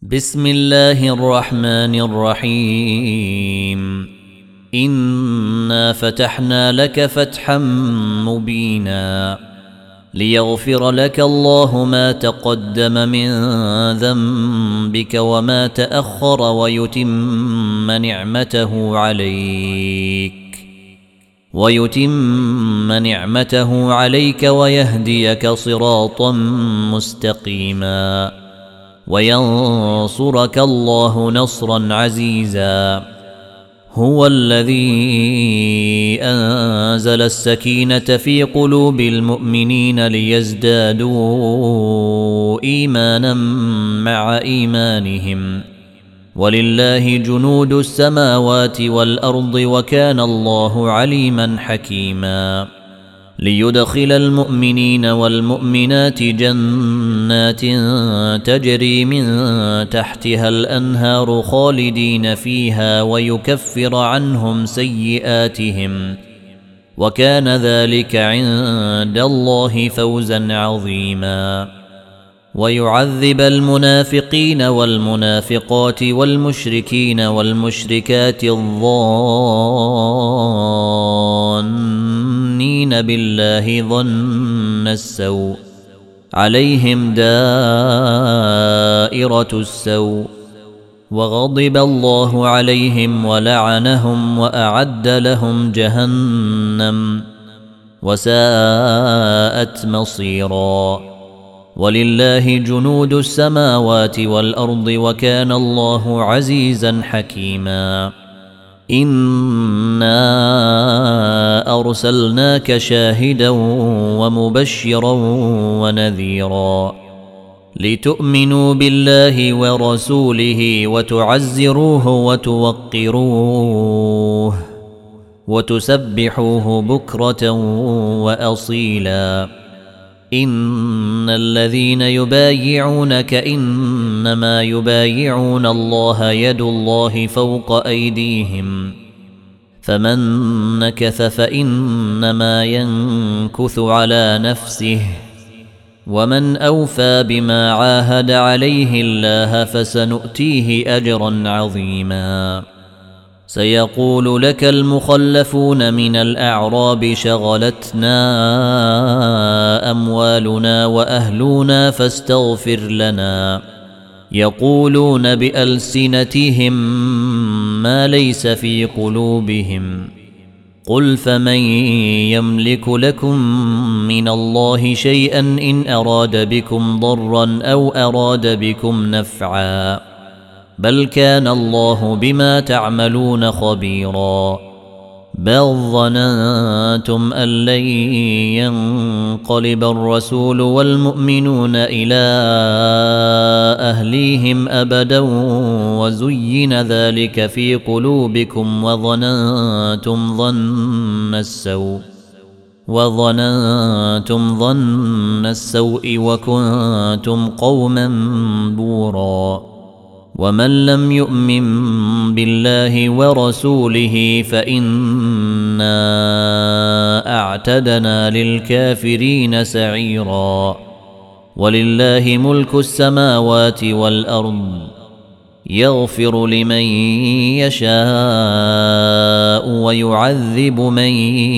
بسم الله الرحمن الرحيم. إنا فتحنا لك فتحا مبينا ليغفر لك الله ما تقدم من ذنبك وما تأخر ويتم نعمته عليك ويهديك صراطا مستقيما وينصرك الله نصرا عزيزا. هو الذي أنزل السكينة في قلوب المؤمنين ليزدادوا إيمانا مع إيمانهم ولله جنود السماوات والأرض وكان الله عليما حكيما. ليدخل المؤمنين والمؤمنات جنات تجري من تحتها الأنهار خالدين فيها ويكفر عنهم سيئاتهم وكان ذلك عند الله فوزا عظيما. ويعذب المنافقين والمنافقات والمشركين والمشركات الظانين بالله ظن السوء عليهم دائرة السوء وغضب الله عليهم ولعنهم وأعد لهم جهنم وساءت مصيرا. ولله جنود السماوات والأرض وكان الله عزيزا حكيما. إنا أرسلناك شاهدا ومبشرا ونذيرا لتؤمنوا بالله ورسوله وتعزروه وتوقروه وتسبحوه بكرة وأصيلا. إن الذين يبايعونك إنما يبايعون الله يد الله فوق أيديهم فمن نكث فإنما ينكث على نفسه ومن أوفى بما عاهد عليه الله فسنؤتيه أجرا عظيما. سيقول لك المخلفون من الأعراب شغلتنا أموالنا وأهلنا فاستغفر لنا يقولون بألسنتهم ما ليس في قلوبهم قل فمن يملك لكم من الله شيئا إن أراد بكم ضرا أو أراد بكم نفعا بل كان الله بما تعملون خبيرا. بل ظننتم أن لن ينقلب الرسول والمؤمنون إلى أهليهم أبدا وزين ذلك في قلوبكم وظننتم ظن السوء وكنتم قوما بورا. ومن لم يؤمن بالله ورسوله فإنا أعتدنا للكافرين سعيرا. ولله ملك السماوات والأرض يغفر لمن يشاء ويعذب من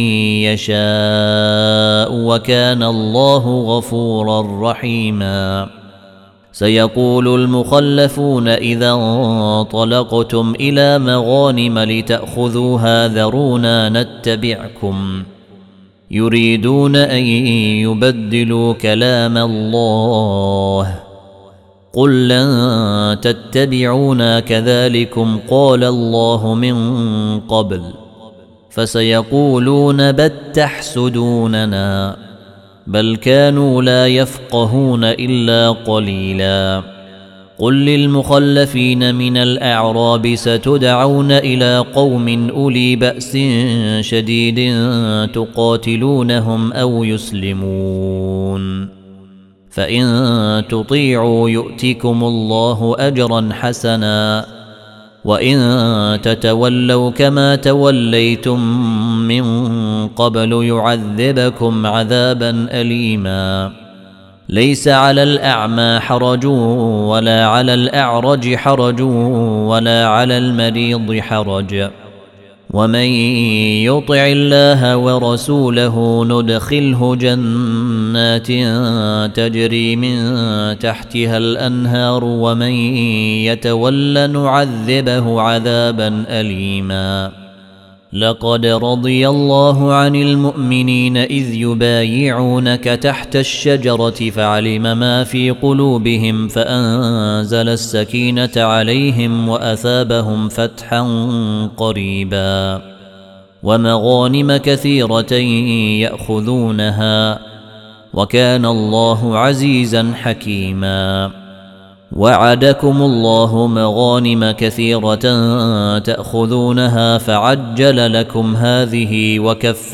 يشاء وكان الله غفورا رحيما. سيقول المخلفون إذا انطلقتم إلى مغانم لتأخذوها ذرونا نتبعكم يريدون أن يبدلوا كلام الله قل لن تتبعونا كذلكم قال الله من قبل فسيقولون بل تحسدوننا بل كانوا لا يفقهون إلا قليلا. قل للمخلفين من الأعراب ستدعون إلى قوم أولي بأس شديد تقاتلونهم أو يسلمون فإن تطيعوا يؤتكم الله أجرا حسنا وإن تتولوا كما توليتم من قبل يعذبكم عذابا أليما. ليس على الأعمى حرج ولا على الأعرج حرج ولا على المريض حرج ومن يطع الله ورسوله ندخله جنات تجري من تحتها الأنهار ومن يتول نعذبه عذابا أليما لقد رضي الله عن المؤمنين إذ يبايعونك تحت الشجرة فعلم ما في قلوبهم فأنزل السكينة عليهم وأثابهم فتحا قريبا ومغانم كثيرة يأخذونها وكان الله عزيزا حكيما وعدكم الله مغانم كثيرة تأخذونها فعجل لكم هذه وكف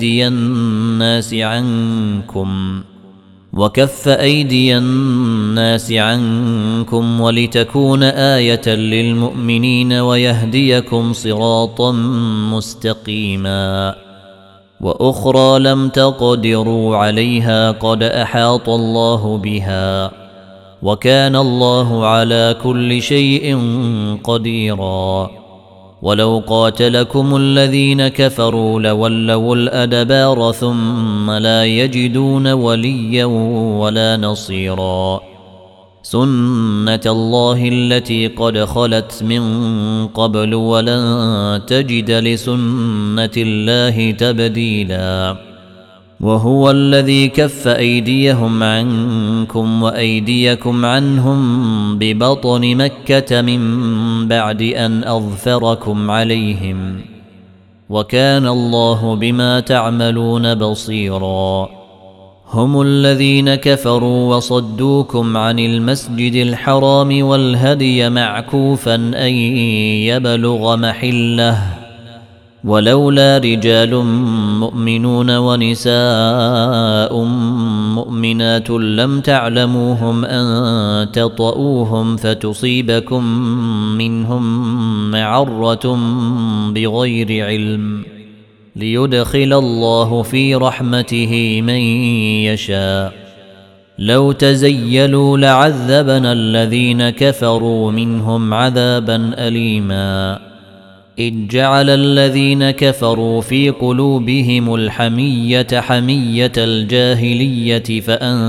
أيدي الناس عنكم ولتكون آية للمؤمنين ويهديكم صراطا مستقيما وأخرى لم تقدروا عليها قد أحاط الله بها وكان الله على كل شيء قديرا ولو قاتلكم الذين كفروا لولوا الأدبار ثم لا يجدون وليا ولا نصيرا سنة الله التي قد خلت من قبل ولن تجد لسنة الله تبديلا وهو الذي كف أيديهم عنكم وأيديكم عنهم ببطن مكة من بعد أن أظفركم عليهم وكان الله بما تعملون بصيرا هم الذين كفروا وصدوكم عن المسجد الحرام والهدي معكوفا أن يبلغ محله ولولا رجال مؤمنون ونساء مؤمنات لم تعلموهم أن تطؤوهم فتصيبكم منهم معرة بغير علم ليدخل الله في رحمته من يشاء لو تزيلوا لعذبنا الذين كفروا منهم عذابا أليما إذ جعل الذين كفروا في قلوبهم الحمية حمية الجاهلية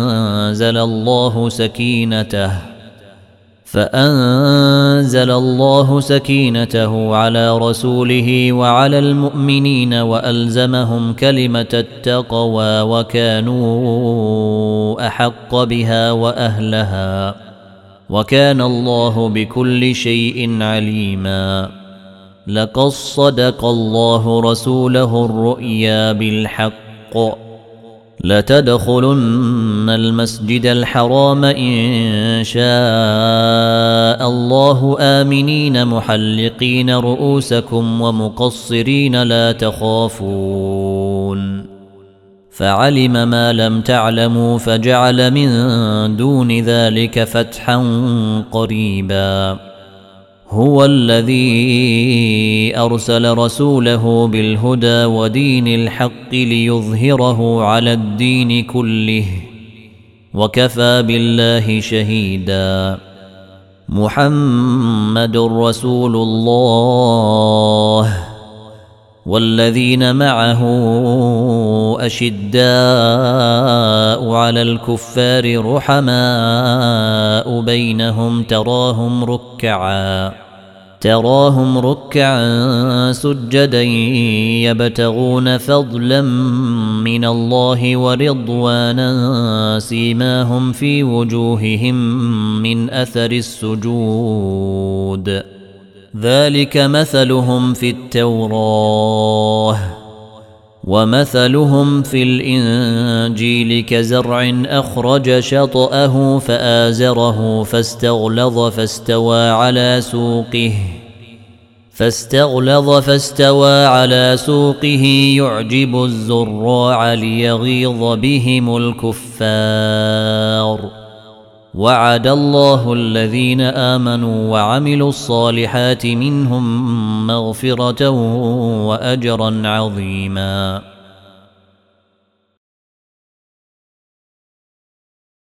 فأنزل الله سكينته على رسوله وعلى المؤمنين وألزمهم كلمة التقوى وكانوا أحق بها وأهلها وكان الله بكل شيء عليما لقد صدق الله رسوله الرؤيا بالحق لتدخلن المسجد الحرام إن شاء الله آمنين محلقين رؤوسكم ومقصرين لا تخافون فعلم ما لم تعلموا فجعل من دون ذلك فتحا قريبا هو الذي أرسل رسوله بالهدى ودين الحق ليظهره على الدين كله وكفى بالله شهيدا محمد رسول الله والذين معه أشداء على الكفار رحماء بينهم تراهم ركعا سجدا يبتغون فضلا من الله ورضوانا سيماهم في وجوههم من أثر السجود ذلك مثلهم في التوراة ومثلهم في الإنجيل كزرع أخرج شطأه فآزره فاستغلظ فاستوى على سوقه يعجب الزراع ليغيظ بهم الكفار وعد الله الذين آمنوا وعملوا الصالحات منهم مغفرة وأجرا عظيما